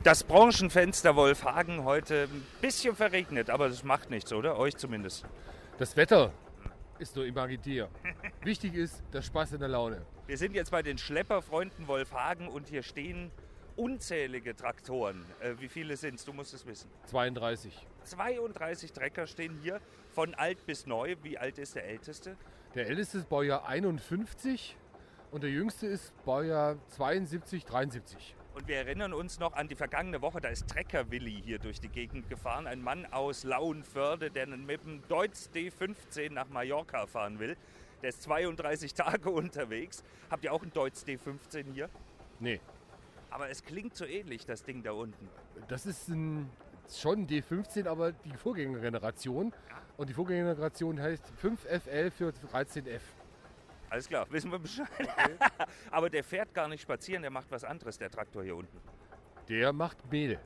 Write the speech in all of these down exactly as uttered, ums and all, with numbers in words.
Das Branchenfenster Wolfhagen heute ein bisschen verregnet, aber das macht nichts, oder? Euch zumindest. Das Wetter ist nur imaginär. Wichtig ist der Spaß in der Laune. Wir sind jetzt bei den Schlepperfreunden Wolfhagen und hier stehen unzählige Traktoren. Äh, wie viele sind es? Du musst es wissen. zweiunddreißig. zweiunddreißig Trecker stehen hier, von alt bis neu. Wie alt ist der älteste? Der älteste ist Baujahr einundfünfzig und der jüngste ist Baujahr zweiundsiebzig, dreiundsiebzig. Und wir erinnern uns noch an die vergangene Woche, da ist Trecker-Willi hier durch die Gegend gefahren. Ein Mann aus Lauenförde, der mit dem Deutz D fünfzehn nach Mallorca fahren will. Der ist zweiunddreißig Tage unterwegs. Habt ihr auch einen Deutz D fünfzehn hier? Nee. Aber es klingt so ähnlich, das Ding da unten. Das ist ein, schon ein D fünfzehn, aber die Vorgängergeneration. Und die Vorgängergeneration heißt fünf F L für dreizehn F. Alles klar, wissen wir Bescheid. Okay. Aber der fährt gar nicht spazieren, der macht was anderes, der Traktor hier unten. Der macht Mehl.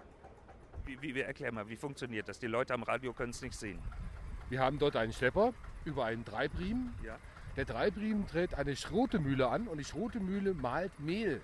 Wie, wie, wie erklär mal, wie funktioniert das? Die Leute am Radio können es nicht sehen. Wir haben dort einen Schlepper über einen Treibriemen. Ja. Der Treibriemen dreht eine Schrotemühle an und die Schrotemühle mahlt Mehl.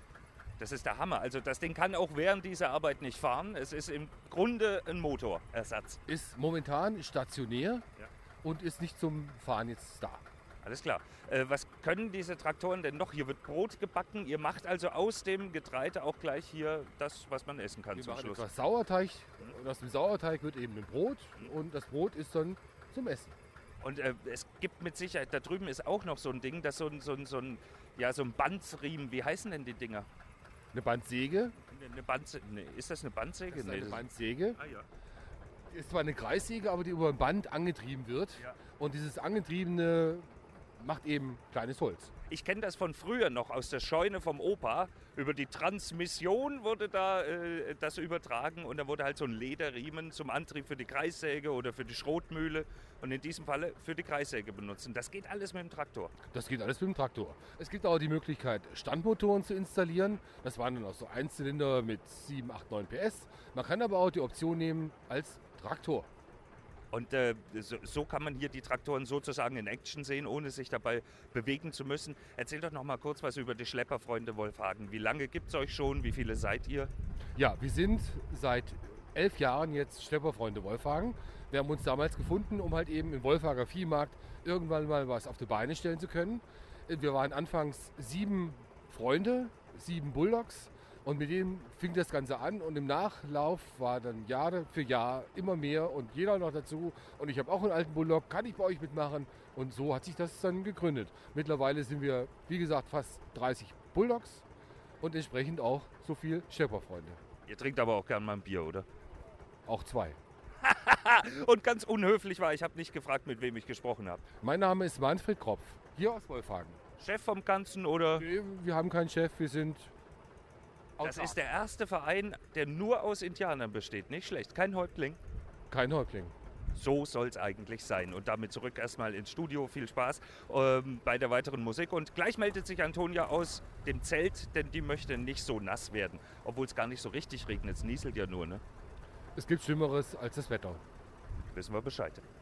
Das ist der Hammer. Also das Ding kann auch während dieser Arbeit nicht fahren. Es ist im Grunde ein Motorersatz. Ist momentan stationär ja. und ist nicht zum Fahren jetzt da. Alles klar. Äh, was können diese Traktoren denn noch? Hier wird Brot gebacken. Ihr macht also aus dem Getreide auch gleich hier das, was man essen kann Wir zum machen Schluss. etwas Sauerteig. Und aus dem Sauerteig wird eben ein Brot. Und das Brot ist dann zum Essen. Und äh, es gibt mit Sicherheit, da drüben ist auch noch so ein Ding, das so ein, so ein, so ein, ja, so ein Bandriemen. Wie heißen denn die Dinger? Eine Bandsäge. Eine Bandsäge? Nee, ist das eine Bandsäge? Das ist nee, eine das Bandsäge. Ah, ja. Ist zwar eine Kreissäge, aber die über ein Band angetrieben wird. Ja. Und dieses angetriebene macht eben kleines Holz. Ich kenne das von früher noch aus der Scheune vom Opa. Über die Transmission wurde da äh, das übertragen und da wurde halt so ein Lederriemen zum Antrieb für die Kreissäge oder für die Schrotmühle und in diesem Falle für die Kreissäge benutzen. Das geht alles mit dem Traktor. Das geht alles mit dem Traktor. Es gibt auch die Möglichkeit, Standmotoren zu installieren. Das waren dann auch so Einzylinder mit sieben, acht, neun P S. Man kann aber auch die Option nehmen als Traktor. Und äh, so, so kann man hier die Traktoren sozusagen in Action sehen, ohne sich dabei bewegen zu müssen. Erzähl doch noch mal kurz was über die Schlepperfreunde Wolfhagen. Wie lange gibt es euch schon? Wie viele seid ihr? Ja, wir sind seit elf Jahren jetzt Schlepperfreunde Wolfhagen. Wir haben uns damals gefunden, um halt eben im Wolfhager Viehmarkt irgendwann mal was auf die Beine stellen zu können. Wir waren anfangs sieben Freunde, sieben Bulldogs. Und mit denen fing das Ganze an und im Nachlauf war dann Jahr für Jahr immer mehr und jeder noch dazu. Und ich habe auch einen alten Bulldog, kann ich bei euch mitmachen? Und so hat sich das dann gegründet. Mittlerweile sind wir, wie gesagt, fast dreißig Bulldogs und entsprechend auch so viel Schlepperfreunde. Ihr trinkt aber auch gern mal ein Bier, oder? Auch zwei. Und ganz unhöflich war, ich habe nicht gefragt, mit wem ich gesprochen habe. Mein Name ist Manfred Kropf, hier aus Wolfhagen. Chef vom Ganzen, oder? Nee, wir haben keinen Chef, wir sind... Das ist der erste Verein, der nur aus Indianern besteht. Nicht schlecht. Kein Häuptling. Kein Häuptling. So soll es eigentlich sein. Und damit zurück erstmal ins Studio. Viel Spaß ähm, bei der weiteren Musik. Und gleich meldet sich Antonia aus dem Zelt, denn die möchte nicht so nass werden. Obwohl es gar nicht so richtig regnet. Es nieselt ja nur, ne? Es gibt Schlimmeres als das Wetter. Wissen wir Bescheid.